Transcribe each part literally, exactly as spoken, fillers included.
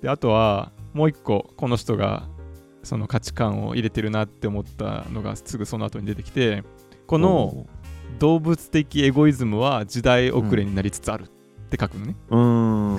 であとはもう一個この人がその価値観を入れてるなって思ったのがすぐその後に出てきて、この動物的エゴイズムは時代遅れになりつつあるって書くのね、 うん、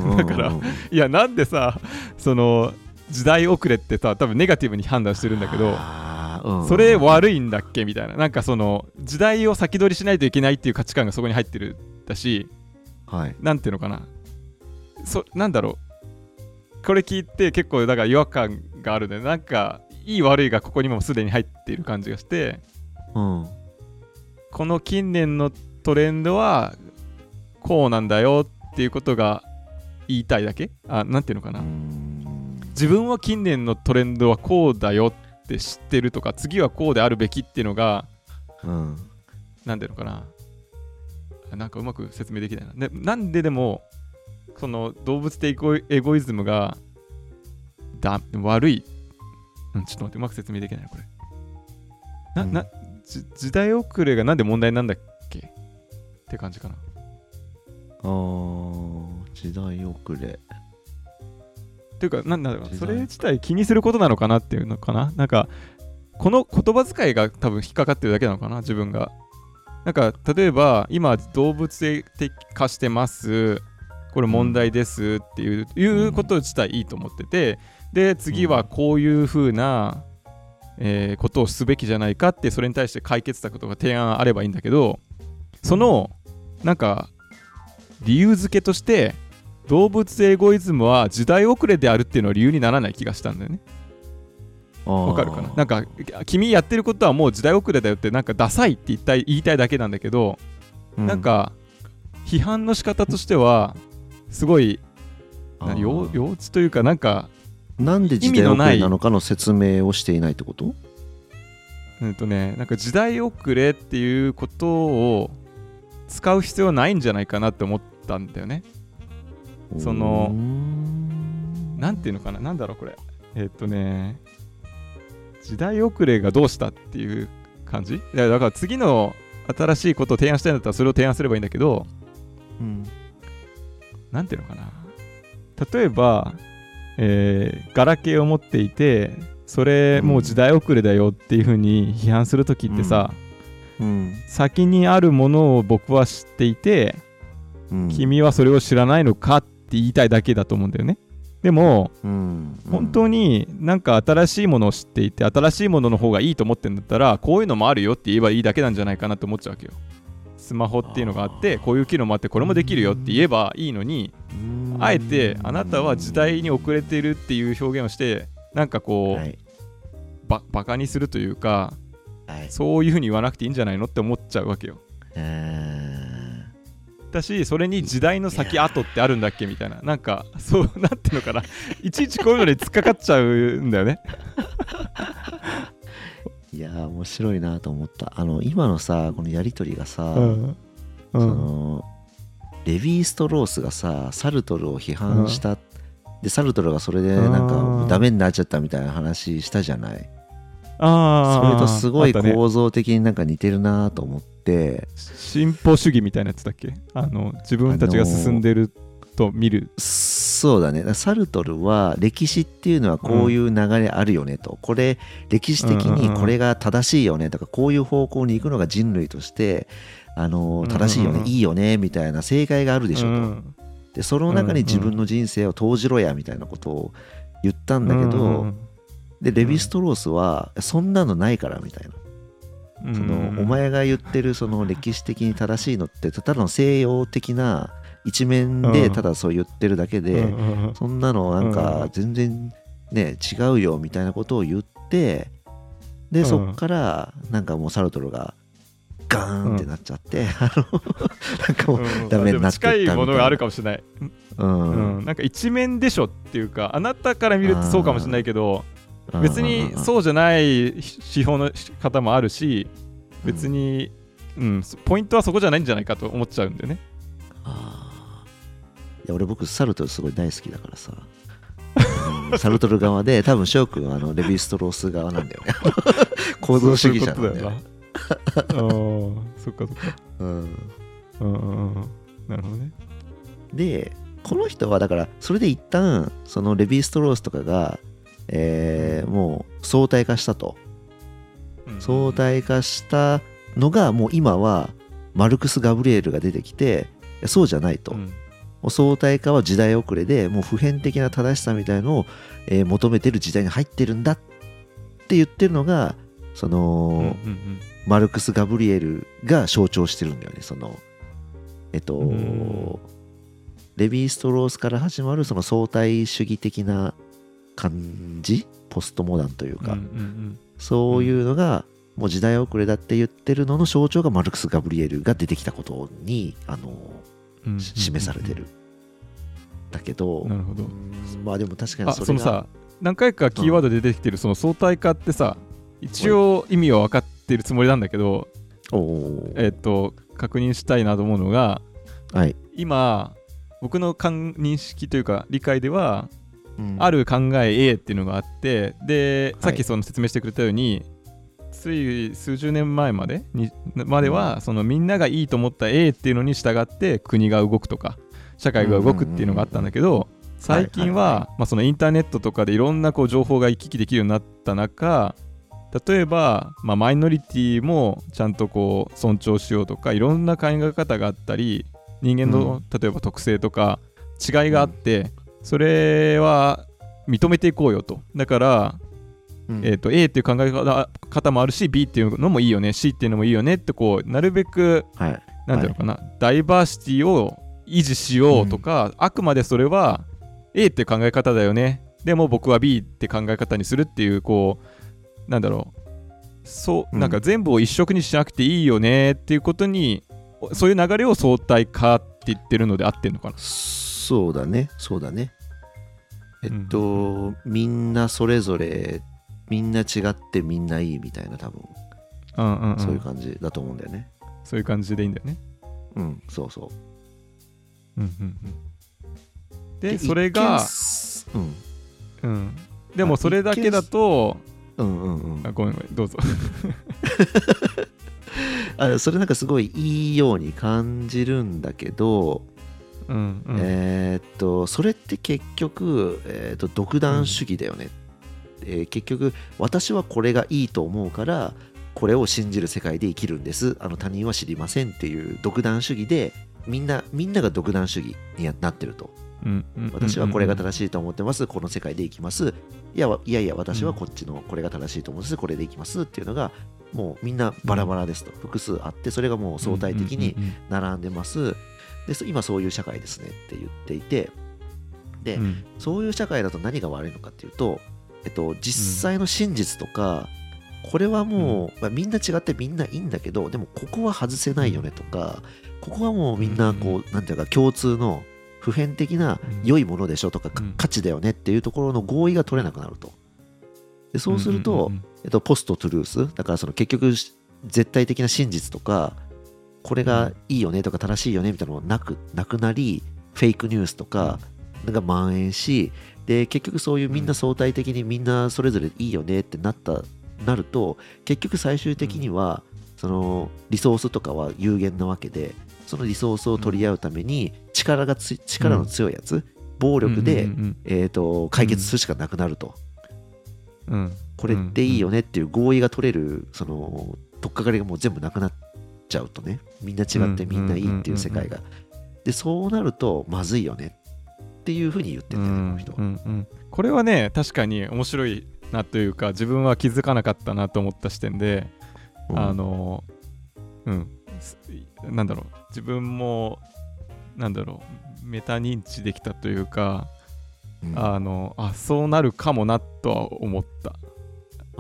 だからいやなんでさその時代遅れってさ多分ネガティブに判断してるんだけど、うん、それ悪いんだっけみたいな、なんかその時代を先取りしないといけないっていう価値観がそこに入ってるだし、はい、なんていうのかな、そなんだろう、これ聞いて結構だから違和感があるね。なんかいい悪いがここにもすでに入っている感じがして、うん、この近年のトレンドはこうなんだよっていうことが言いたいだけ、あ、なんていうのかな、自分は近年のトレンドはこうだよって知ってるとか、次はこうであるべきっていうのが、うん、なんていうのかな、なんかうまく説明できないな。でなんででもその動物的エゴイズムがだ悪い、うん、ちょっと待って、うまく説明できないなこれな、うん、な時代遅れがなんで問題なんだっけって感じかな。 あー、時代遅れっていうか、なんだろう、それ自体気にすることなのかなっていうのかな。なんかこの言葉遣いが多分引っかかってるだけなのかな、自分が。なんか例えば今動物的化してます、これ問題ですっていう、うん、いうこと自体いいと思ってて、で次はこういう風な、えー、ことをすべきじゃないかって、それに対して解決策とか提案あればいいんだけど、そのなんか理由付けとして動物エゴイズムは時代遅れであるっていうのは理由にならない気がしたんだよね。わかるかな。なんか君やってることはもう時代遅れだよって、なんかダサいって言いたい、言いたいだけなんだけど、うん、なんか批判の仕方としてはすごい幼稚というか、なんかなんで時代遅れなのかの説明をしていないってこと？ うんとね、なんか時代遅れっていうことを使う必要はないんじゃないかなって思ったんだよね。そのなんていうのかな、なんだろうこれ、えー、っとね時代遅れがどうしたっていう感じだから、次の新しいことを提案したいんだったらそれを提案すればいいんだけど、うん、なんていうのかな、例えば、えー、ガラケーを持っていて、それもう時代遅れだよっていう風に批判するときってさ、うんうん、先にあるものを僕は知っていて、うん、君はそれを知らないのかって言いたいだけだと思うんだよね。でも、うんうん、本当になんか新しいものを知っていて、新しいものの方がいいと思ってんだったら、こういうのもあるよって言えばいいだけなんじゃないかなって思っちゃうわけよ。スマホっていうのがあって、こういう機能もあって、これもできるよって言えばいいのに、あえてあなたは時代に遅れているっていう表現をして、なんかこう、はい、バ, バカにするというか、はい、そういう風に言わなくていいんじゃないのって思っちゃうわけよ。だし、それに時代の先後ってあるんだっけみたいな、なんかそうなってのかな、いちいちこういうのに突っかかっちゃうんだよね。 いやー面白いなと思った。あの今のさ、このやりとりがさ、うんうん、そのレヴィ・ストロースがさサルトルを批判した、うん、でサルトルがそれでなんかダメになっちゃったみたいな話したじゃない。あそれとすごい構造的になんか似てるなと思って、ね、 進歩主義みたいなやつだっけ、あの自分たちが進んでると見る、 そうだね。サルトルは歴史っていうのはこういう流れあるよねと、うん、これ歴史的にこれが正しいよねとか、こういう方向に行くのが人類としてあの正しいよね、うんうんうん、いいよねみたいな正解があるでしょと、うん、でその中に自分の人生を投じろやみたいなことを言ったんだけど、うんうん、でレヴィ・ストロースはそんなのないからみたいな、うん、そのお前が言ってるその歴史的に正しいのってただの西洋的な一面でただそう言ってるだけで、うん、そんなのなんか全然ね違うよみたいなことを言って、でそっからなんかもうサルトルがガーンってなっちゃって、うん、あのなんかもうダメになってったみたいな、 近いものがあるかもしれない、うんうん、なんか一面でしょっていうか、あなたから見るとそうかもしれないけど、別にそうじゃない指標の方もあるし、別に、うんうん、ポイントはそこじゃないんじゃないかと思っちゃうんだよね。 あいや俺僕サルトルすごい大好きだからさ、うん、サルトル側で多分翔くんはあのレヴィ・ストロース側なんだよね。構造主義者なんだよね。 ああそっかそっか、うんうんうん、なるほどね。 でこの人はだからそれで一旦そのレヴィ・ストロースとかが、えー、もう相対化したと、うん、相対化したのがもう今はマルクス・ガブリエルが出てきてそうじゃないと、うん、もう相対化は時代遅れでもう普遍的な正しさみたいのを、えー、求めてる時代に入ってるんだって言ってるのがその、うんうんうん、マルクス・ガブリエルが象徴してるんだよね。そのえっと、うん、レヴィ・ストロースから始まるその相対主義的な感じ、ポストモダンというか、うんうんうん、そういうのがもう時代遅れだって言ってるのの象徴がマルクス・ガブリエルが出てきたことにあの、うんうんうん、示されてる。だけど、なるほど。まあでも確かにそれがそのさ何回かキーワードで出てきてるその相対化ってさ、うん、一応意味は分かってるつもりなんだけど、おえっと確認したいなと思うのが、はい、今僕の認識というか理解では、うん、ある考え A っていうのがあってで、さっきその説明してくれたように、はい、つい数十年前までにまでは、うん、そのみんながいいと思った A っていうのに従って国が動くとか社会が動くっていうのがあったんだけど、最近はまあそのインターネットとかでいろんなこう情報が行き来できるようになった中、例えば、まあ、マイノリティもちゃんとこう尊重しようとかいろんな考え方があったり人間の、うん、例えば特性とか違いがあって、うん、それは認めていこうよと。だから、うんえー、と A っていう考え方もあるし B っていうのもいいよね C っていうのもいいよねってこうなるべく、はい、なんていうのかな、はい、ダイバーシティを維持しようとか、うん、あくまでそれは A っていう考え方だよね、でも僕は B って考え方にするっていうこうなんだろう、そうなんか全部を一色にしなくていいよねっていうことに、うん、そういう流れを相対化って言ってるので合ってんのかな。 そうだねそうだねえっと、うん、みんなそれぞれみんな違ってみんないいみたいな多分、うんうんうん、そういう感じだと思うんだよね。 そういう感じでいいんだよね。 うんそうそう、 うんうんうん、で, でそれが、うんうん、でもそれだけだとうんうんうん、あごめんごめんどうぞあそれなんかすごいいいように感じるんだけど、うんうん、えー、っとそれって結局、えー、っと独断主義だよね、うんえー、結局私はこれがいいと思うからこれを信じる世界で生きるんです、あの他人は知りませんっていう独断主義でみんなみんなが独断主義になってると、うんうんうんうん、私はこれが正しいと思ってます、この世界で生きます、いやいやいや私はこっちのこれが正しいと思うんです、これで生きますっていうのがもうみんなバラバラですと、複数あってそれがもう相対的に並んでます、で今そういう社会ですねって言っていて、で、うん、そういう社会だと何が悪いのかっていうと、えっと、実際の真実とか、うん、これはもう、まあ、みんな違ってみんないいんだけどでもここは外せないよねとか、ここはもうみんなこうなんていうか共通の普遍的な良いものでしょとか、うん、価値だよねっていうところの合意が取れなくなると。でそうすると、うんうんうんえっと、ポストトゥルースだからその結局絶対的な真実とかこれがいいよねとか正しいよねみたいなのがなくなくなり、フェイクニュースとかが蔓延し、で結局そういうみんな相対的にみんなそれぞれいいよねってなったなると結局最終的にはそのリソースとかは有限なわけで、そのリソースを取り合うために力がつ力の強いやつ、うん、暴力で、うんうんうんうんえー、と解決するしかなくなると、うん、これっていいよねっていう合意が取れるその取っかかりがもう全部なくなっちゃうとね、みんな違ってみんないいっていう世界が、でそうなるとまずいよねっていうふうに言ってて、ね、この人は、うんうん、 これはね確かに面白いなというか自分は気づかなかったなと思った視点で、うん、あのうんなんだろう自分もなんだろうメタ認知できたというか、うん、あのあそうなるかもなとは思った。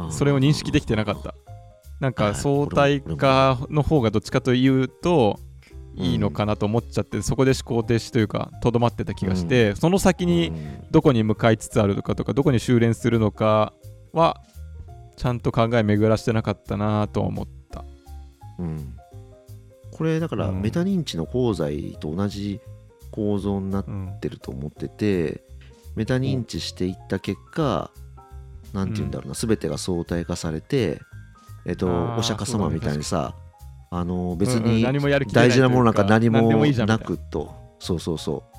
それを認識できてなかった。なんか相対化の方がどっちかというといいのかなと思っちゃって、うん、そこで思考停止というかとどまってた気がして、うん、その先にどこに向かいつつあるのかとかどこに修練するのかはちゃんと考え巡らしてなかったなと思った、 うん、これだからメタ認知の功罪と同じ構造になってると思ってて、うん、メタ認知していった結果なんていうんだろうな、全てが相対化されて、えっとお釈迦様みたいにさ、あの別に大事なものなんか何もなくと、そうそうそう、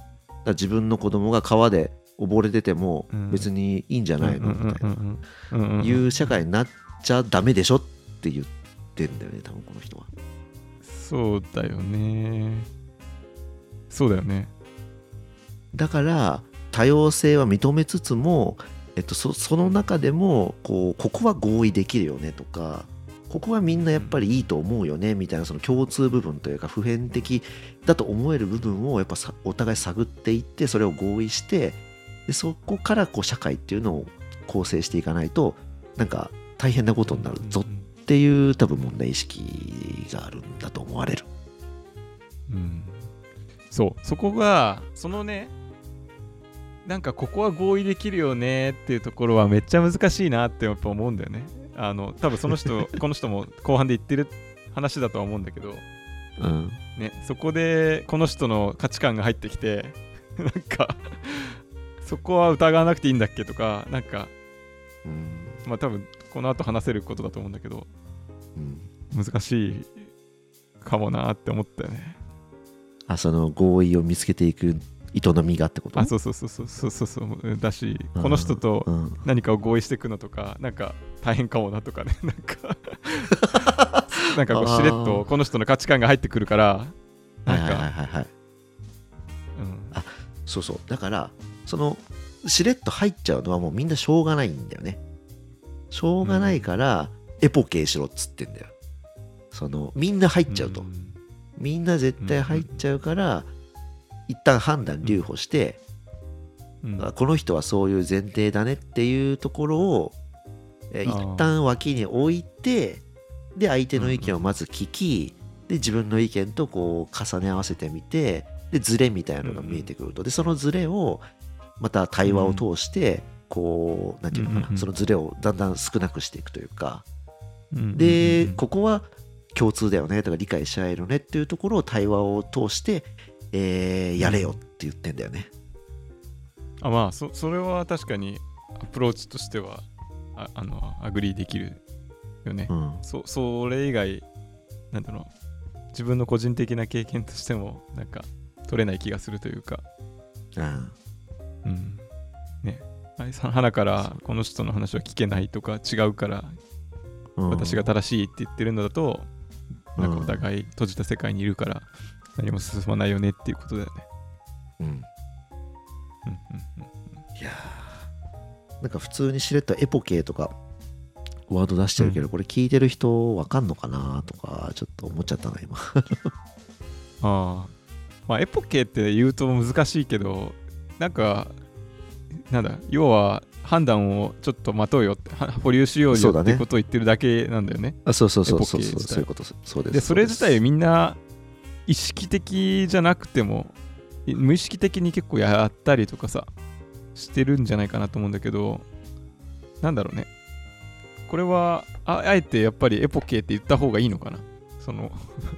ら自分の子供が川で溺れてても別にいいんじゃないのみたいないう社会になっちゃダメでしょって言ってんだよね、多分この人は。 そうだよね。そうだよね。 だから多様性は認めつつも、えっと、そ, その中でもこうここは合意できるよねとか、ここはみんなやっぱりいいと思うよねみたいな、その共通部分というか普遍的だと思える部分をやっぱさお互い探っていって、それを合意して、でそこからこう社会っていうのを構成していかないとなんか大変なことになるぞっていう多分問題意識があるんだと思われる。 うん、そうそこがそのね、なんかここは合意できるよねっていうところはめっちゃ難しいなってやっぱ思うんだよね。あの多分その人この人も後半で言ってる話だとは思うんだけど、 うんね、そこでこの人の価値観が入ってきてなんかそこは疑わなくていいんだっけとか、なんか、うん、まあ多分この後話せることだと思うんだけど、うん、難しいかもなって思ったよね。 あ、その合意を見つけていく営みがってこと？ あ、そうそうそうそうそうそうそうだし、この人と何かを合意していくのとか、なんか大変かもなとかね、なんかなんかこうしれっとこの人の価値観が入ってくるから、なんか、はいはいはいはい、 うん、あ、そうそう、だからそのしれっと入っちゃうのはもうみんなしょうがないんだよね。しょうがないから、うん、エポケーしろっつってんだよ。そのみんな入っちゃうと、うん、みんな絶対入っちゃうから、うん、一旦判断留保して、うん、この人はそういう前提だねっていうところを、え一旦脇に置いて、で相手の意見をまず聞き、で自分の意見とこう重ね合わせてみて、でズレみたいなのが見えてくると、でそのズレをまた対話を通してこうなんていうのかな、そのズレをだんだん少なくしていくというか、でここは共通だよねとか理解し合えるねっていうところを対話を通してえー、やれよって言ってんだよね。 あ、まあ そ, それは確かにアプローチとしては あ, あのアグリーできるよね、うん、そ, それ以外なんだろう、自分の個人的な経験としてもなんか取れない気がするというか、あうんね、花からこの人の話は聞けないとか違うから私が正しいって言ってるのだと、うん、なんかお互い閉じた世界にいるから何も進まないよねっていうことだよね。うん。うんうんうん。いやー、なんか普通にしれっとエポケーとかワード出してるけど、うん、これ聞いてる人わかんのかなとかちょっと思っちゃったな今。ああ、まあエポケーって言うと難しいけど、なんかなんだ、要は判断をちょっと待とうよって、保留しようよってことを言ってるだけなんだよね。 あ、そうそうそうそうそう、そういうこと。そうです。 で、それ自体みんな意識的じゃなくても無意識的に結構やったりとかさしてるんじゃないかなと思うんだけど、なんだろうね、これは あ, あえてやっぱりエポケーって言った方がいいのかな、その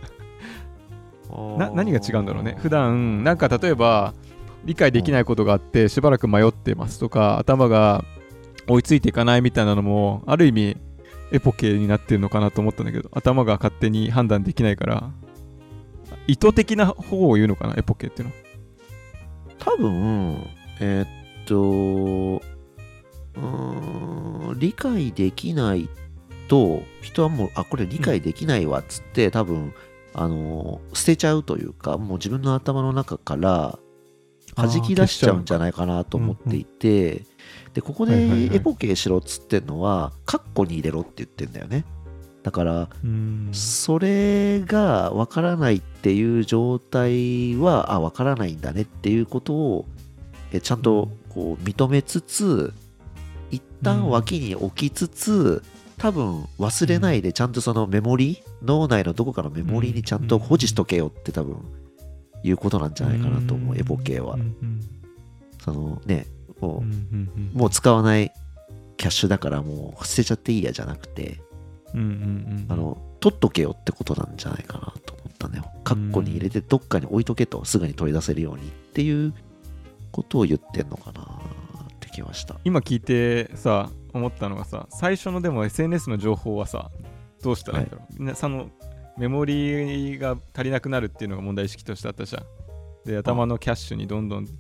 な何が違うんだろうね。普段なんか例えば理解できないことがあってしばらく迷ってますとか、頭が追いついていかないみたいなのもある意味エポケーになってるのかなと思ったんだけど、頭が勝手に判断できないから意図的な方を言うのかな、エポケっていうのは。 多分えー、っとうーん理解できないと人はもうあこれ理解できないわっつって、うん、多分あの捨てちゃうというか、もう自分の頭の中から弾き出しちゃうんじゃないかなと思っていて、うんうん、でここでエポケーしろっつってんのはカッコに入れろって言ってんだよね。だからそれが分からないっていう状態はあ分からないんだねっていうことをえちゃんとこう認めつつ、一旦脇に置きつつ、多分忘れないでちゃんとそのメモリ脳内のどこかのメモリにちゃんと保持しとけよって多分いうことなんじゃないかなと思う。エポケーはそのねもう、もう使わないキャッシュだからもう捨てちゃっていいやじゃなくて、うんうんうん、あの取っとけよってことなんじゃないかなと思ったね。カッコに入れてどっかに置いとけと、すぐに取り出せるようにっていうことを言ってんのかなってきました。 今聞いてさ思ったのがさ、最初のでも エスエヌエス の情報はさどうしたらいいんだろう、はい、みんなそのメモリが足りなくなるっていうのが問題意識としてあったじゃん。で頭のキャッシュにどんどん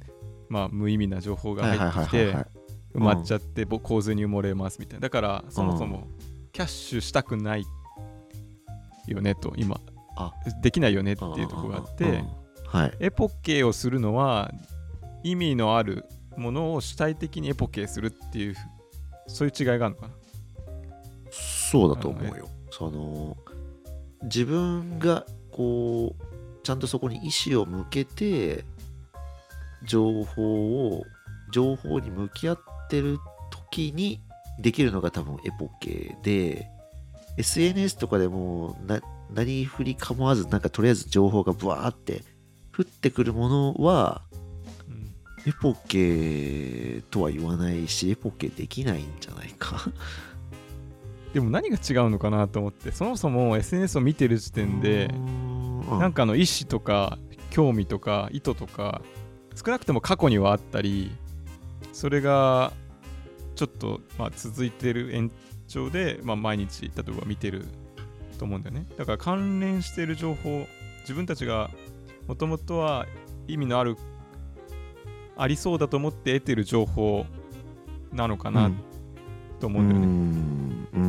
まあ、無意味な情報が入ってきて埋まっちゃって洪水に埋もれますみたいな。だからそもそもキャッシュしたくないよねと今あできないよねっていうところがあって、 はい、 エポケをするのは意味のあるものを主体的にエポケするっていうそういう違いがあるのかな。 そうだと思うよ。その自分がこうちゃんとそこに意思を向けて情報を情報に向き合ってる時にできるのが多分エポケで、 エスエヌエス とかでもな何振り構わずなんかとりあえず情報がブワーって降ってくるものは、うん、エポケとは言わないしエポケできないんじゃないかでも何が違うのかなと思って、そもそも エスエヌエス を見てる時点でなんかの意思とか興味とか意図とか少なくとも過去にはあったり、それがちょっとまあ続いてる延長で、まあ、毎日例えば見てると思うんだよね。だから関連している情報、自分たちがもともとは意味のあるありそうだと思って得てる情報なのかな、うん、と思うんだよね。うんうん、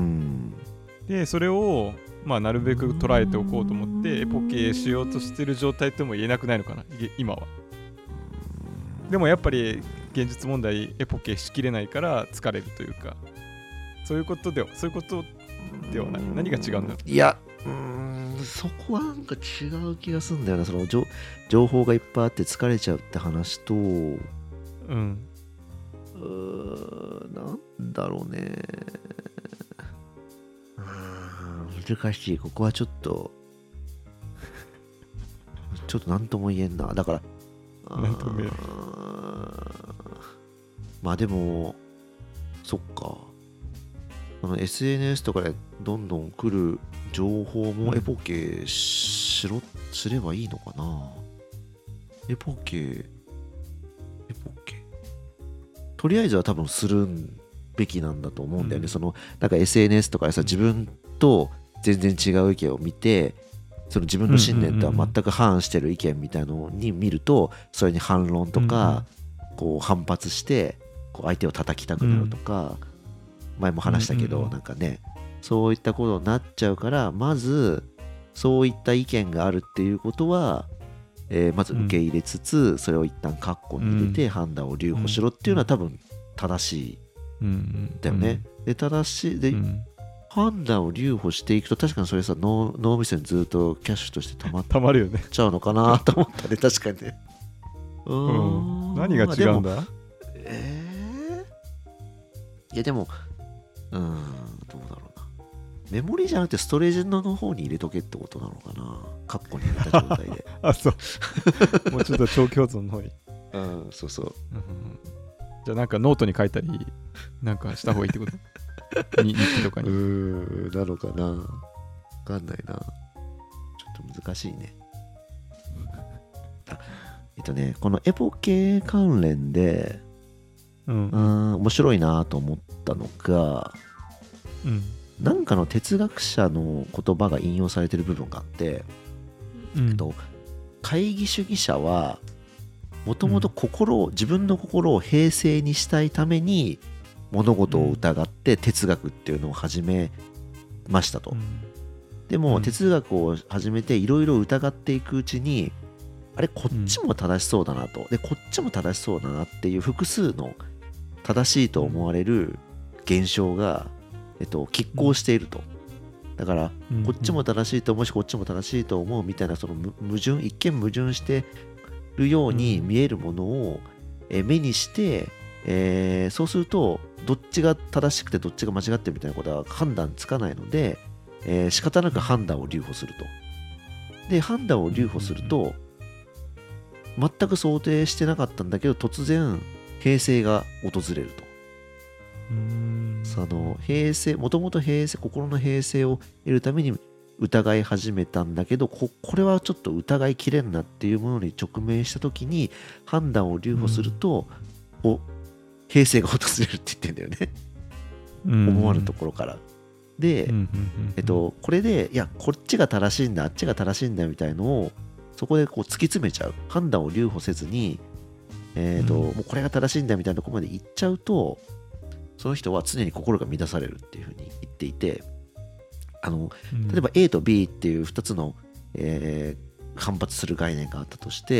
でそれをまあなるべく捉えておこうと思ってエポケしようとしてる状態とも言えなくないのかな今は。でもやっぱり現実問題エポケしきれないから疲れるというか、そういうことではそういうことではない。何が違うんだろう。 いや、うーんそこはなんか違う気がするんだよな。その情情報がいっぱいあって疲れちゃうって話と、うんうーなんだろうね。うーん難しい。ここはちょっとちょっと何とも言えんな。だから何とも言えん。 まあでもそっか、あの エスエヌエス とかでどんどん来る情報もエポケしろ、うん、すればいいのかな。エポケエポケとりあえずは多分するべきなんだと思うんだよね、うん、そのなんか エスエヌエス とかでさ、自分と全然違う意見を見てその自分の信念とは全く反してる意見みたいなのに見るとそれに反論とかこう反発してこう相手を叩きたくなるとか、前も話したけどなんかねそういったことになっちゃうから、まずそういった意見があるっていうことは、えー、まず受け入れつつそれを一旦カッコに入れて判断を留保しろっていうのは多分正しいだよね。で正しいで判断を留保していくと確かにそれさ 脳, 脳みそにずっとキャッシュとしてたまっちゃうのかなと思ったね確かにね。うん、何が違うんだ。 えー、いやでもうーんどうだろうな。メモリじゃなくてストレージの方に入れとけってことなのかな、カッコに入れた状態であそうもうちょっと長期保存の方にうんそうそう、うん、 じゃあなんかノートに書いたりなんかした方がいいってこと日記とかに。うーんなのかな、分かんないな、ちょっと難しいね。えっとねこのエポケ関連で、うん、うん面白いなと思ったのが、うん、なんかの哲学者の言葉が引用されてる部分があって、うんえっと、懐疑主義者はもともと心を、うん、自分の心を平静にしたいために物事を疑って哲学っていうのを始めましたと、うん、でも哲学を始めていろいろ疑っていくうちにあれこっちも正しそうだなと、でこっちも正しそうだなっていう複数の正しいと思われる現象が、えっと、拮抗していると。だからこっちも正しいと思うしこっちも正しいと思うみたいなその矛盾一見矛盾してるように見えるものを目にして、えー、そうするとどっちが正しくてどっちが間違ってるみたいなことは判断つかないので、えー、仕方なく判断を留保すると。で判断を留保すると全く想定してなかったんだけど突然平静が訪れると。うーんその平静もともと平静心の平静を得るために疑い始めたんだけど こ, これはちょっと疑いきれんなっていうものに直面した時に判断を留保すると、うん、お平静が訪れるって言ってんだよね、うん、思わぬところからで、うんえっと、これでいやこっちが正しいんだあっちが正しいんだみたいのをそこでこう突き詰めちゃう。判断を留保せずにえーとうんもうこれが正しいんだみたいなところまで行っちゃうと、その人は常に心が乱されるっていうふうに言っていて、あの例えば A と B っていうふたつの、えー反発する概念があったとして、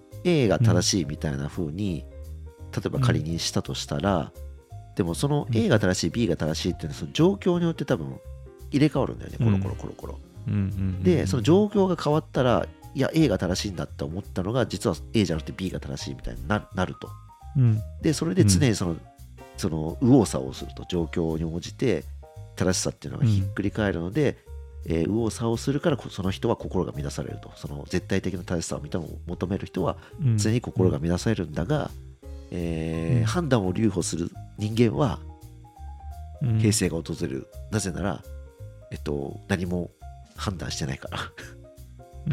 A が正しいみたいな風に例えば仮にしたとしたら、でもその A が正しい B が正しいっていうのはその状況によって多分入れ替わるんだよね、コロコロコロコロ。でその状況が変わったら、いや A が正しいんだって思ったのが実は A じゃなくて B が正しいみたいにななると。でそれで常にその、その右往左往すると、状況に応じて正しさっていうのがひっくり返るので、えー、右往左往するからその人は心が乱されると。その絶対的な正しさを求める人は常に心が乱されるんだが、えーうん、判断を留保する人間は平静が訪れる、うん、なぜなら、えっと、何も判断してないからうん、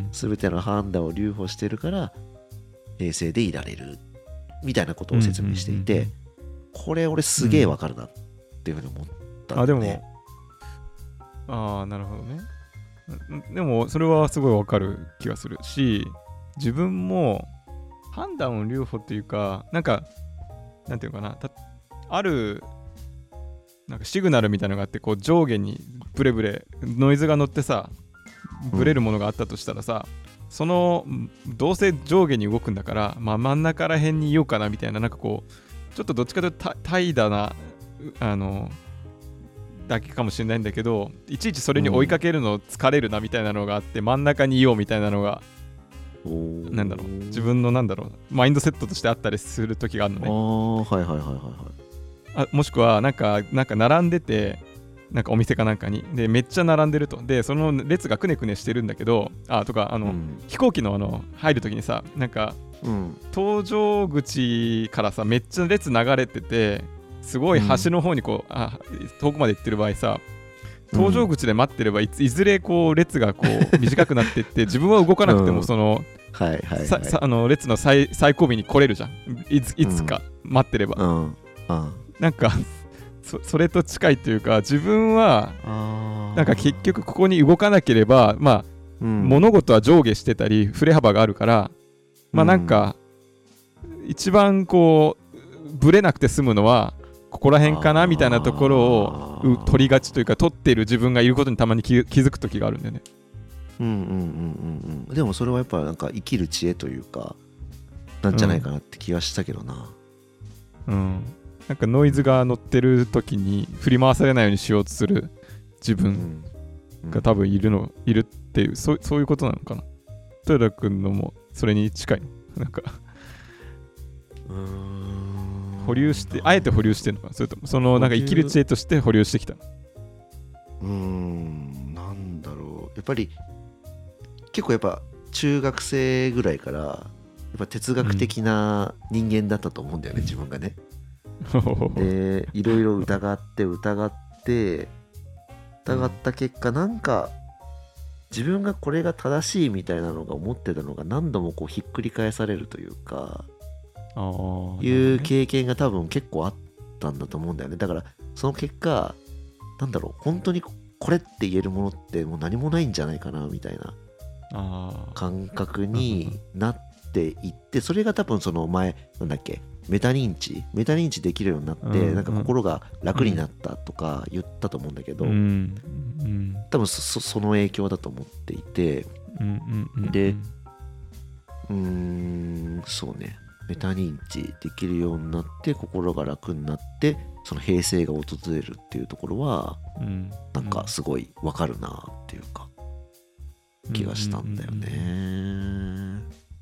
全ての判断を留保してるから平静でいられるみたいなことを説明していて、うんうんうん、これ俺すげえわかるなっていうふうに思ったんだよね、うん、あでもああなるほどね。でもそれはすごいわかる気がするし、自分も判断を留保っていうか、なんかなんていうかな、あるなんかシグナルみたいなのがあって、こう上下にブレブレノイズが乗ってさブレるものがあったとしたらさ、うん、そのどうせ上下に動くんだから、まあ、真ん中ら辺にいようかなみたいな、なんかこうちょっとどっちかというと怠惰なあのだけかもしれないんだけど、いちいちそれに追いかけるの疲れるなみたいなのがあって、うん、真ん中にいようみたいなのがなんだろう、自分のなんだろうマインドセットとしてあったりする時があるのね。 あ、はいはいはいはいはい。 あもしくはなんかなんか並んでて、なんかお店かなんかにでめっちゃ並んでると、でその列がくねくねしてるんだけど、あとかあの、うん、飛行機のあの入る時にさ、なんか、うん、搭乗口からさめっちゃ列流れてて、すごい端の方にこう、うん、あ遠くまで行ってる場合さ、搭乗口で待ってれば い, いずれこう列がこう短くなっていって自分は動かなくてもその、うんはいはいはい、ささあの列の 最, 最後尾に来れるじゃん、い つ, いつか待ってれば、うんうん、なんか そ, それと近いというか、自分はなんか結局ここに動かなければ、まあうん、物事は上下してたり振れ幅があるから、まあなんか一番こうブレなくて済むのはここら辺かなみたいなところを取りがちというか、取っている自分がいることにたまに気づく時があるんだよね。 うんうんうんうんうん。でもそれはやっぱなんか生きる知恵というかなんじゃないかなって気がしたけどな。 うん、うん、なんかノイズが乗ってる時に振り回されないようにしようとする自分が多分いるのいるっていう、そ う, そういうことなのかな。豊田君のもそれに近いなんかうーん保留してあえて保留してるのか、それともそのなんか生きる知恵として保留してきた。 うーんなんだろう、やっぱり結構やっぱ中学生ぐらいからやっぱ哲学的な人間だったと思うんだよね、うん、自分がねでいろいろ疑って疑って疑った結果、なんか自分がこれが正しいみたいなのが思ってたのが何度もこうひっくり返されるというか、あいう経験が多分結構あったんだと思うんだよね。だからその結果なんだろう、本当にこれって言えるものってもう何もないんじゃないかなみたいな感覚になっていって、それが多分その前なんだっけメタ認知メタ認知できるようになって、なんか心が楽になったとか言ったと思うんだけど、多分 そ, その影響だと思っていて、でうーんそうね、メタ認知できるようになって心が楽になってその平静が訪れるっていうところは、うん、なんかすごい分かるなっていうか気がしたんだよね。うん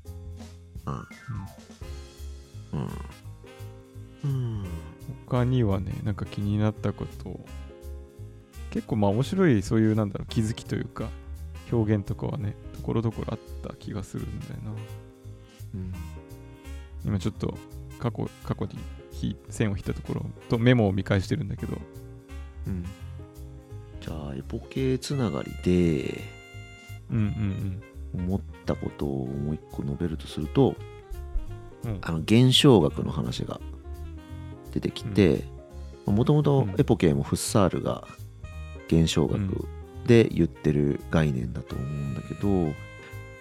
うんうん、他にはね、なんか気になったこと結構まあ面白い、そういうなんだろう気づきというか表現とかはねところどころあった気がするんだよな。うん、今ちょっと過去過去に線を引いたところとメモを見返してるんだけど、 うん、じゃあエポケつながりでうんうんうん思ったことをもう一個述べるとすると、うん、あの現象学の話が出てきて、もともとエポケもフッサールが現象学で言ってる概念だと思うんだけど、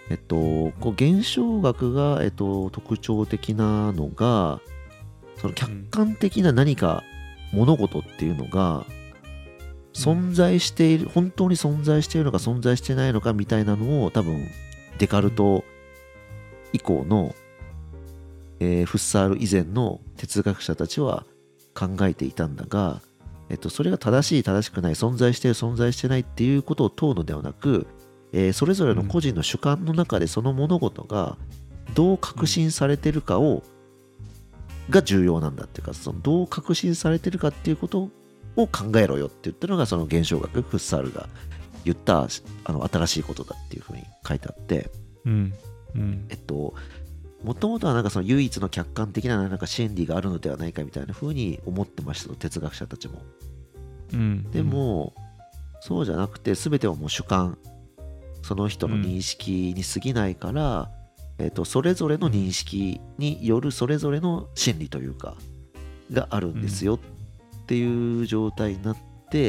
えっとこう現象学が、えっと、特徴的なのがその客観的な何か物事っていうのが存在している、本当に存在しているのか存在してないのかみたいなのを多分デカルト以降の、えーフッサール以前の哲学者たちは考えていたんだが、えっと、それが正しい正しくない存在している存在してないっていうことを問うのではなく、えーそれぞれの個人の主観の中でその物事がどう確信されてるかをが重要なんだっていうか、そのどう確信されてるかっていうことを考えろよって言ったのがその現象学フッサールが言ったあの新しいことだっていうふうに書いてあって、 うんうんえっともともとはなんかその唯一の客観的ななんか真理があるのではないかみたいなふうに思ってましたと、哲学者たちも。 うんでもそうじゃなくて全てはもう主観、その人の認識に過ぎないから、えっとそれぞれの認識によるそれぞれの真理というかがあるんですよっていう状態になって、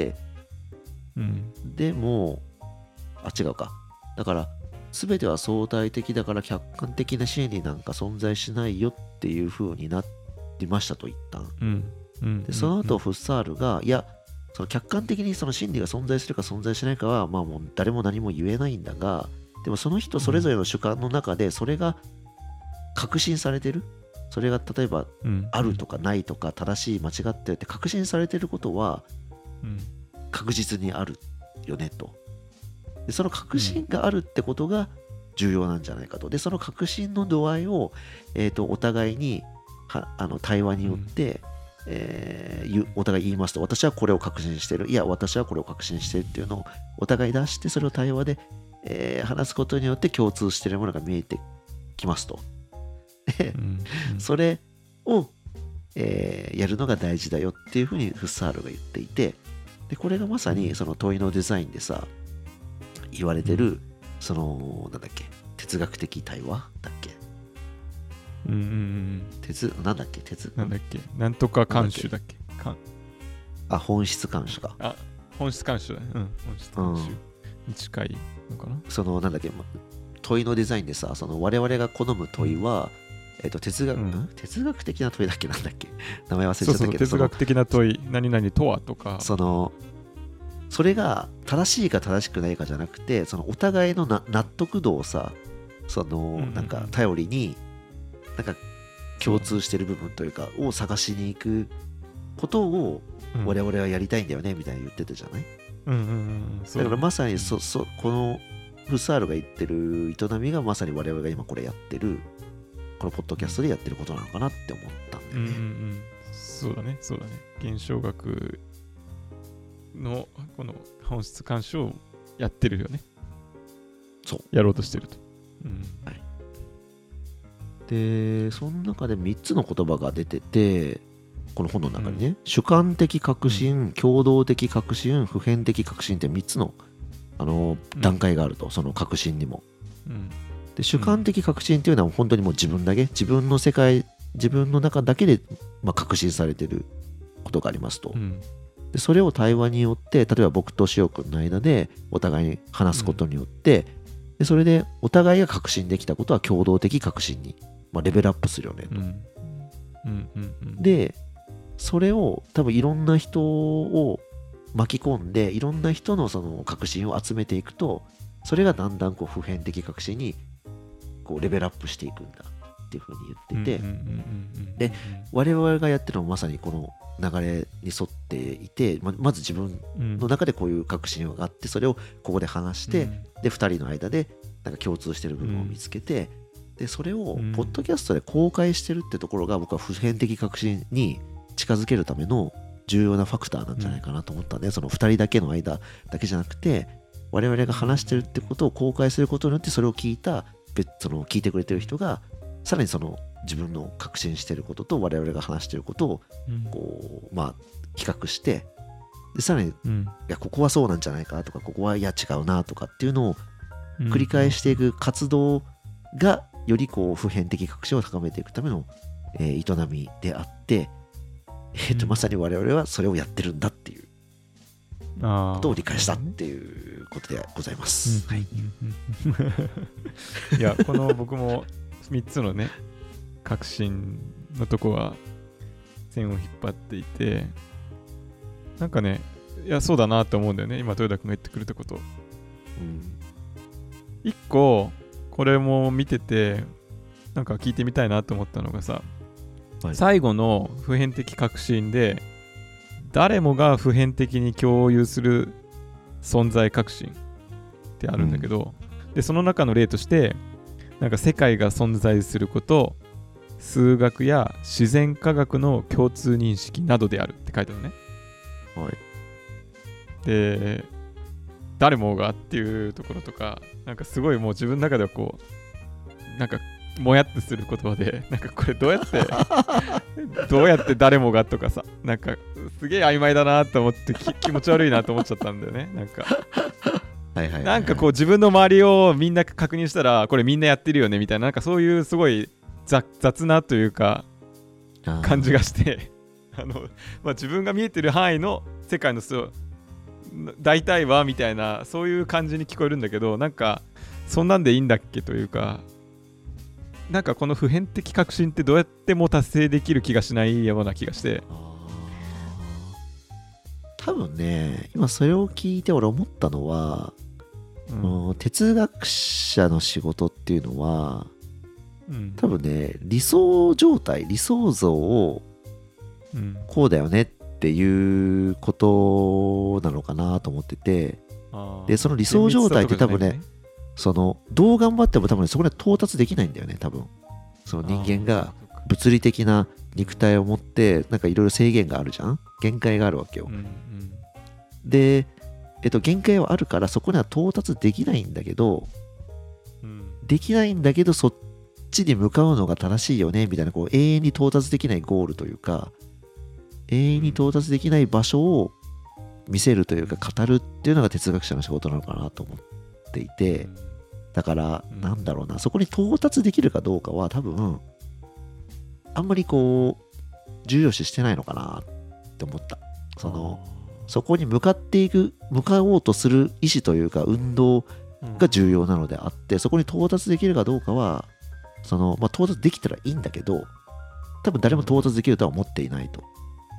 うんでもあ違うかだから全ては相対的だから客観的な真理なんか存在しないよっていう風になりましたと一旦。 うんうんでその後フッサールがいやその客観的にその真理が存在するか存在しないかはまあもう誰も何も言えないんだが、でもその人それぞれの主観の中でそれが確信されてる、それが例えばうんあるとかないとか正しい間違ってるって確信されてることはうん確実にあるよねと。でその確信があるってことが重要なんじゃないかと。でその確信の度合いを、えー、とお互いにはあの対話によって、えーゆお互い言いますと、私はこれを確信してる、いや私はこれを確信してるっていうのをお互い出して、それを対話で、えー話すことによって共通しているものが見えてきますと。でうんうんそれを、えーやるのが大事だよっていうふうにフッサールが言っていて、でこれがまさにその問いのデザインでさ言われてる、そのなんだっけ哲学的対話だっけ、 うんうんうん哲なんだっけ哲なんだっけなんとか監修だっけかあ本質監視か、 あ本質監修だね。うん本質監修に近いのかな。 そのなんだっけま問いのデザインでさ、その我々が好む問いは、えっと哲学、 うんん哲学的な問いだっけなんだっけ名前忘れちそうそうゃったけど、 哲学的な問い何々とはとか。 そのそれが正しいか正しくないかじゃなくて、そのお互いのな納得度をさ、そのうんうんうんなんか頼りになんか共通してる部分というかを探しに行くことをうん我々はやりたいんだよねみたいに言ってたじゃない。 うんうんうんそうだからまさにそそこのフッサールが言ってる営みがまさに我々が今これやってるこのポッドキャストでやってることなのかなって思ったんだうんうんうよね。 んそうだねそうだね現象学のこの本質干渉をやってるよね。 そうやろうとしてると。うんでその中でみっつの言葉が出てて、この本の中にね、主観的確信、共同的確信、普遍的確信ってみっつの、あのうん段階があると、その確信にも。 うんで主観的確信っていうのは本当にもう自分だけ、自分の世界、自分の中だけで、まあ、確信されてることがありますと。 うんでそれを対話によって、例えば僕と塩君の間でお互いに話すことによって、でそれでお互いが確信できたことは共同的確信に、まあ、レベルアップするよねと。 うんうんうんうんでそれを多分いろんな人を巻き込んでいろんな人のその確信を集めていくと、それがだんだんこう普遍的確信にこうレベルアップしていくんだっていうふうに言ってて、 うんうんうんうんうんで我々がやってるのはまさにこの流れに沿っていて、ままず自分うんの中でこういう確信があって、それをここで話して、 うんでふたりの間でなんか共通してる部分を見つけて、でそれをうんポッドキャストで公開してるってところが僕は普遍的確信に近づけるための重要なファクターなんじゃないかなと思ったんで、そのふたりだけの間だけじゃなくて我々が話してるってことを公開することによって、それを聞いた別その聞いてくれてる人がさらにその自分の確信してることと我々が話してることをうんこうまあ比較して、でさらにいうんやここはそうなんじゃないかとか、ここはいや違うなとかっていうのをうん繰り返していく活動がよりこう普遍的確信を高めていくための、えー営みであって、えーとうんまさに我々はそれをやってるんだっていうことを理解したっていうことでございます。はい。 いやこの僕もみっつのね革新のとこは線を引っ張っていて、なんかね、いやそうだなと思うんだよね、今豊田君が言ってくれたこと。うん、一個これも見ててなんか聞いてみたいなと思ったのがさ、はい、最後の普遍的革新で誰もが普遍的に共有する存在革新ってあるんだけど、うん、でその中の例としてなんか世界が存在すること、数学や自然科学の共通認識などであるって書いてあるね。はい。で誰もがっていうところとか、なんかすごいもう自分の中ではこうなんかもやってする言葉で、なんかこれどうやってどうやって誰もがとかさ、なんかすげえ曖昧だなと思ってき気持ち悪いなと思っちゃったんだよね。なんかはいはいはいはい、なんかこう自分の周りをみんな確認したらこれみんなやってるよねみたいな、なんかそういうすごい 雑, 雑なというか感じがしてあの、まあ、自分が見えてる範囲の世界の大体はみたいな、そういう感じに聞こえるんだけど、なんかそんなんでいいんだっけというか、なんかこの普遍的革新ってどうやっても達成できる気がしないような気がして。 多分ね、今それを聞いて俺思ったのは、うん、哲学者の仕事っていうのは、うん、多分ね理想状態理想像をこうだよねっていうことなのかなと思ってて、うん、でその理想状態って多分ね、そのどう頑張っても多分、ね、そこには到達できないんだよね。多分その人間が物理的な肉体を持ってなんかいろいろ制限があるじゃん、限界があるわけよ、うんうん、で、えっと、限界はあるからそこには到達できないんだけど、うん、できないんだけどそっちに向かうのが正しいよねみたいな、こう永遠に到達できないゴールというか永遠に到達できない場所を見せるというか語るっていうのが哲学者の仕事なのかなと思っていて、だからなんだろうな、そこに到達できるかどうかは多分あんまりこう重要視してないのかなって思った。そのそこに向かっていく向かおうとする意思というか運動が重要なのであって、そこに到達できるかどうかはその、まあ、到達できたらいいんだけど、多分誰も到達できるとは思っていないと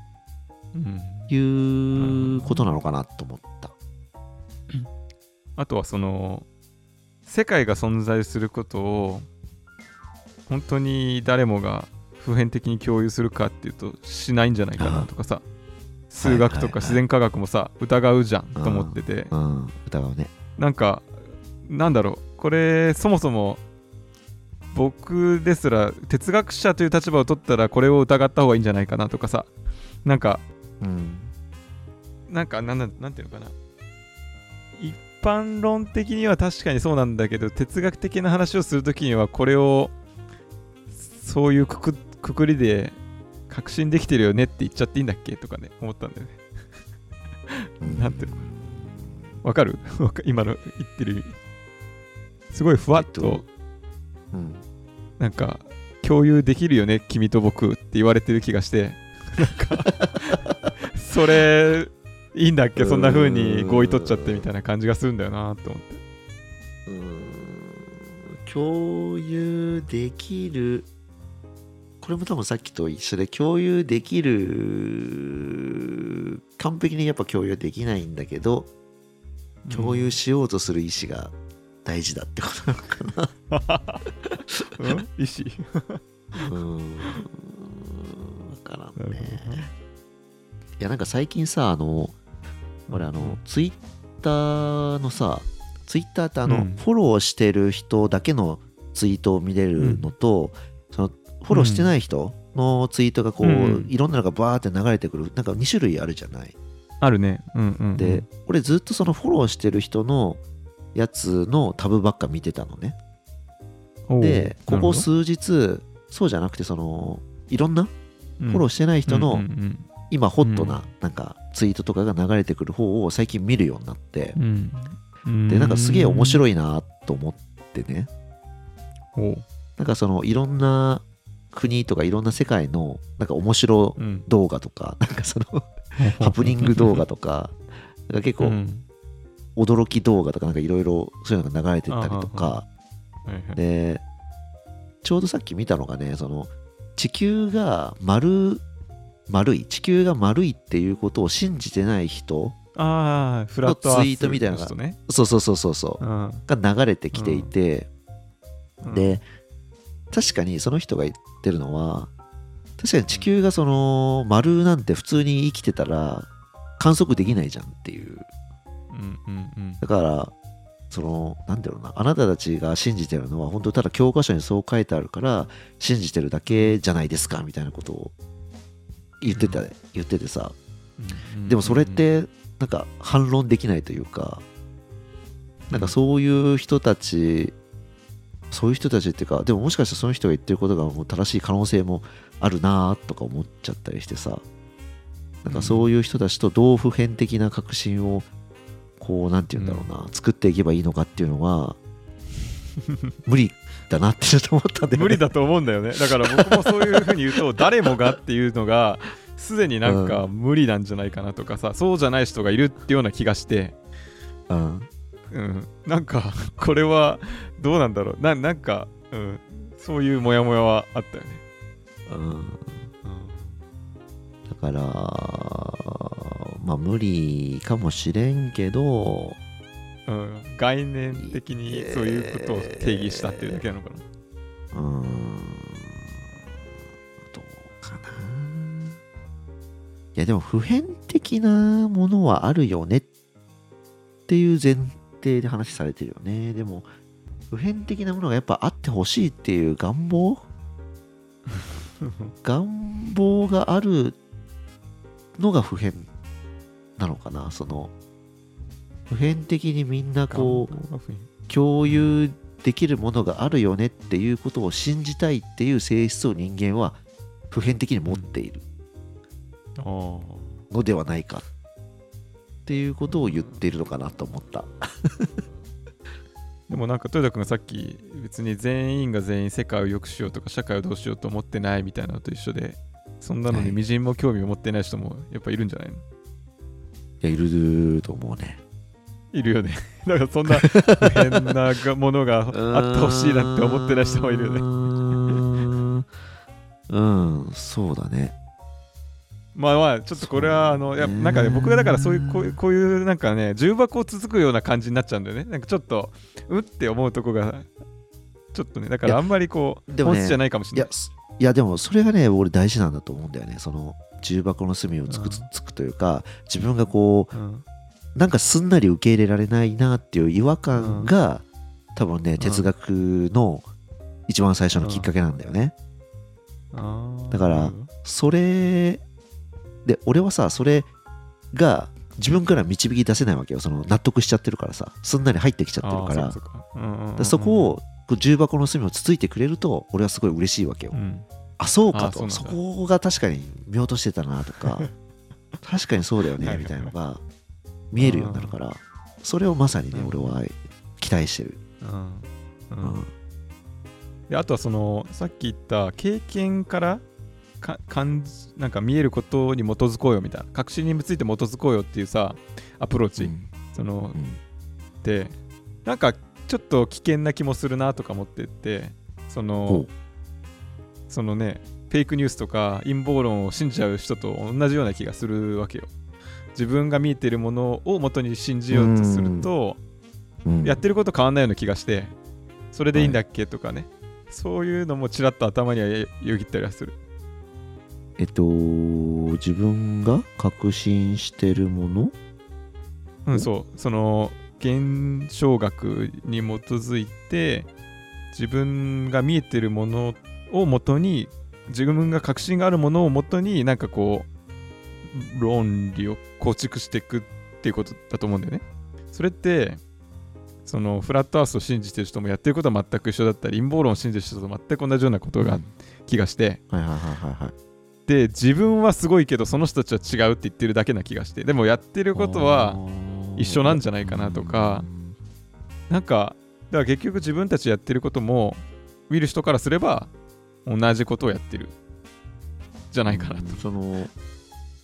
いうことなのかなと思った。 あとはその世界が存在することを本当に誰もが普遍的に共有するかっていうとしないんじゃないかなとかさ、数学とか自然科学もさ疑うじゃんと思ってて、 うん、疑うね。 なんかなんだろう、これそもそも僕ですら哲学者という立場を取ったらこれを疑った方がいいんじゃないかなとかさ、なんか、うん、なんかなんなんなんていうのかな、一般論的には確かにそうなんだけど、哲学的な話をするときにはこれをそういうくく、くくりで確信できてるよねって言っちゃっていいんだっけとかね思ったんだよね。なんていうのかわかる今の言ってる意味。すごいふわっと、えっとうん、なんか共有できるよね君と僕って言われてる気がして、なんかそれいいんだっけ、そんな風に合意取っちゃってみたいな感じがするんだよなと思って。 うーん、共有できる、これも多分さっきと一緒で共有できる、完璧にやっぱ共有できないんだけど、共有しようとする意思が大事だってことなのかな。 うん、意思うーん、分からんね。いやなんか最近さ、あの俺あのツイッターのさ、ツイッターってあの、うん、フォローしてる人だけのツイートを見れるのと、うん、そのフォローしてない人のツイートがこう、うん、いろんなのがバーって流れてくる、なんかに種類あるじゃない。 あるね。うんうんうん、 で俺ずっとそのフォローしてる人のやつのタブばっか見てたのね。でここ数日そうじゃなくて、そのいろんなフォローしてない人の、うんうんうんうん、今ホットななんかツイートとかが流れてくる方を最近見るようになって、うんうん、でなんかすげえ面白いなと思ってね。なんかそのいろんな国とかいろんな世界のなんか面白動画とか、うん、なんかそのハプニング動画とから結構驚き動画とかなんかいろいろそういうのが流れてったりとか、 はいはい、 でちょうどさっき見たのがね、その地球が丸丸い地球が丸いっていうことを信じてない人あフラットアースのツイートみたいなのが、ね、 そうそうそうそうそう、うん、が流れてきていて、うん、で確かにその人が言ってるのは、確かに地球がその丸なんて普通に生きてたら観測できないじゃんっていう、 うんうんうん、 だからそのなんだろうな、あなたたちが信じてるのは本当ただ教科書にそう書いてあるから信じてるだけじゃないですかみたいなことを言ってた、うん、言っててさ、うんうん、でもそれってなんか反論できないというか、なんかそういう人たち、そういう人たちっていうか、でももしかしたらその人が言ってることがもう正しい可能性もあるなとか思っちゃったりしてさ、なんかそういう人たちとどう普遍的な革新をこうなんて言うんだろうな、うん、作っていけばいいのかっていうのは無理だなってちょっと思ったんだよね。 無理だと思うんだよね。だから僕もそういうふうに言うと誰もがっていうのがすでになんか無理なんじゃないかなとかさ、うん、そうじゃない人がいるっていうような気がして、 うんうん、なんかこれはどうなんだろう な, なんか、うん、そういうモヤモヤはあったよね、 うんうん、だからまあ無理かもしれんけど、 うん、概念的にそういうことを定義したっていうだけなのかな、 えー、うーんどうかな。いやでも普遍的なものはあるよねっていう前提で話されてるよね。でも普遍的なものがやっぱあってほしいっていう願望願望があるのが普遍なのかな。その普遍的にみんなこう共有できるものがあるよねっていうことを信じたいっていう性質を人間は普遍的に持っているのではないかっていうことを言っているのかなと思ったでもなんか豊田君がさっき別に全員が全員世界を良くしようとか社会をどうしようと思ってないみたいなのと一緒で、そんなのにみじんも興味を持ってない人もやっぱいるんじゃないの？いや、いると思うね。 いるよね。だからそんな不変なものがあってほしいなって思ってない人もいるよね。うーん、うん、そうだね。 まあまあちょっとこれはあのいやなんかね、僕がだからそういうこういうこういうなんかね重箱を続くような感じになっちゃうんだよね。なんかちょっとうって思うとこがちょっとね、だからあんまりこう本質じゃないかもしれない。 いやでもそれがね俺大事なんだと思うんだよね。その重箱の隅をつく、つくというか、自分がこう、うん、なんかすんなり受け入れられないなっていう違和感が、うん、多分ね哲学の一番最初のきっかけなんだよね、うん、だからそれで俺はさそれが自分から導き出せないわけよ。その納得しちゃってるからさ、すんなり入ってきちゃってるから、 そ, か、うんうんうん、そこを重箱の隅をつついてくれると俺はすごい嬉しいわけよ、うん、あそうかと、 そ, そこが確かに見落としてたなとか確かにそうだよねみたいなのが見えるようになるから、それをまさにね、うん、俺は期待してる、うんうんうん、 であとはそのさっき言った経験からか感じなんか見えることに基づこうよみたいな、確信について基づこうよっていうさアプローチ、うん、その、うん、でなんかちょっと危険な気もするなとか思ってて、そのそのねフェイクニュースとか陰謀論を信じちゃう人と同じような気がするわけよ。自分が見えてるものを元に信じようとすると、うん、やってること変わんないような気がして、それでいいんだっけ、はい、とかね、そういうのもちらっと頭にはよぎったりはする。 えっと自分が確信してるもの、 うん、そうその現象学に基づいて自分が見えてるものを元に、自分が確信があるものを元になんかこう論理を構築していくっていうことだと思うんだよね。それってそのフラットアースを信じてる人もやってることは全く一緒だったり、陰謀論を信じてる人と全く同じようなことが、うん、気がして、 はいはいはいはい、 で自分はすごいけどその人たちは違うって言ってるだけな気がして、でもやってることは一緒なんじゃないかなとか、なんかだから結局自分たちやってることも見る人からすれば同じことをやってるじゃないかなと。 その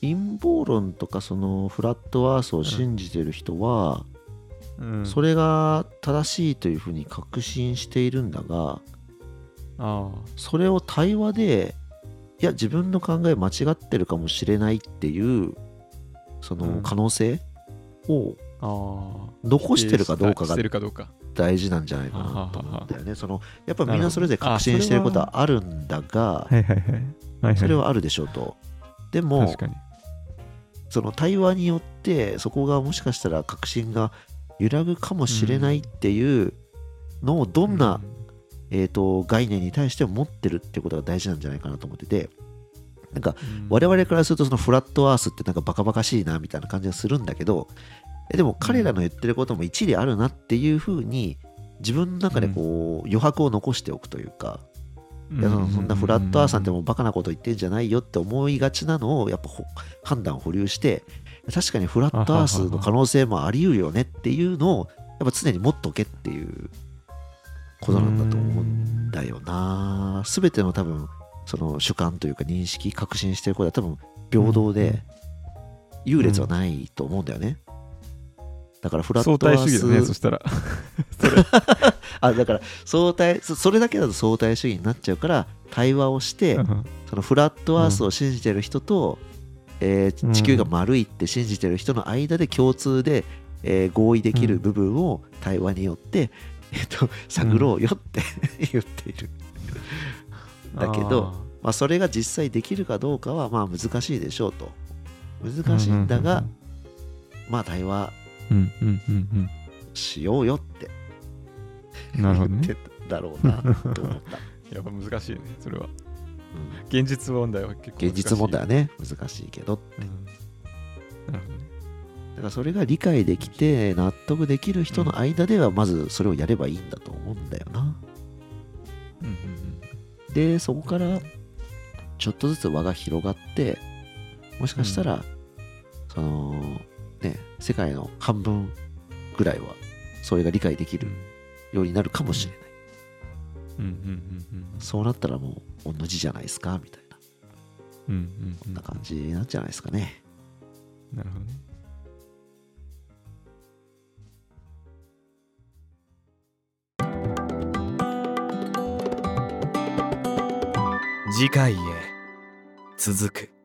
陰謀論とかそのフラットアースを信じてる人は、うん、それが正しいというふうに確信しているんだが、あそれを対話でいや自分の考え間違ってるかもしれないっていうその可能性を残してるかどうかが大事なんじゃないかなと思うんだよね。そのやっぱみんなそれぞれ確信してることはあるんだが、それはあるでしょうと。でも確かにその対話によってそこがもしかしたら確信が揺らぐかもしれないっていうのをどんな、うんえー、と概念に対して持ってるっていうことが大事なんじゃないかなと思ってて、なんか我々からするとそのフラットアースってなんかバカバカしいなみたいな感じがするんだけど、でも彼らの言ってることも一理あるなっていうふうに自分の中でこう余白を残しておくというか、いやそんなフラットアースなんてもうバカなこと言ってんじゃないよって思いがちなのをやっぱ判断を保留して、確かにフラットアースの可能性もあり得るよねっていうのをやっぱ常に持っとけっていうことなんだと思うんだよな。全ての多分その主観というか認識確信してることは多分平等で優劣はないと思うんだよね。だからフラットアース相対主義だね、そしたらそれあだから相対 そ, それだけだと相対主義になっちゃうから対話をしてそのフラットアースを信じてる人と、うんえー、地球が丸いって信じてる人の間で共通で、えー、合意できる部分を対話によって、うんえー、と探ろうよって言っているだけど、まあ、それが実際できるかどうかはまあ難しいでしょうと。難しいんだが、うんうんうん、まあ対話しようよってなるほど、ね、 言ってだろうなと思ったやっぱ難しいねそれは、うん、現実問題は結構難しい。 現実問題はね難しいけどって、うん、なるほどね。だからそれが理解できて納得できる人の間ではまずそれをやればいいんだと思うんだよな、うんうんうん、でそこからちょっとずつ輪が広がってもしかしたら、うん、そのね世界の半分ぐらいはそれが理解できるようになるかもしれない、うんうんうんうん、そうなったらもう同じじゃないですかみたいな、うんうんうん、こんな感じなんじゃないですかね。 なるほどね。 次回へ続く。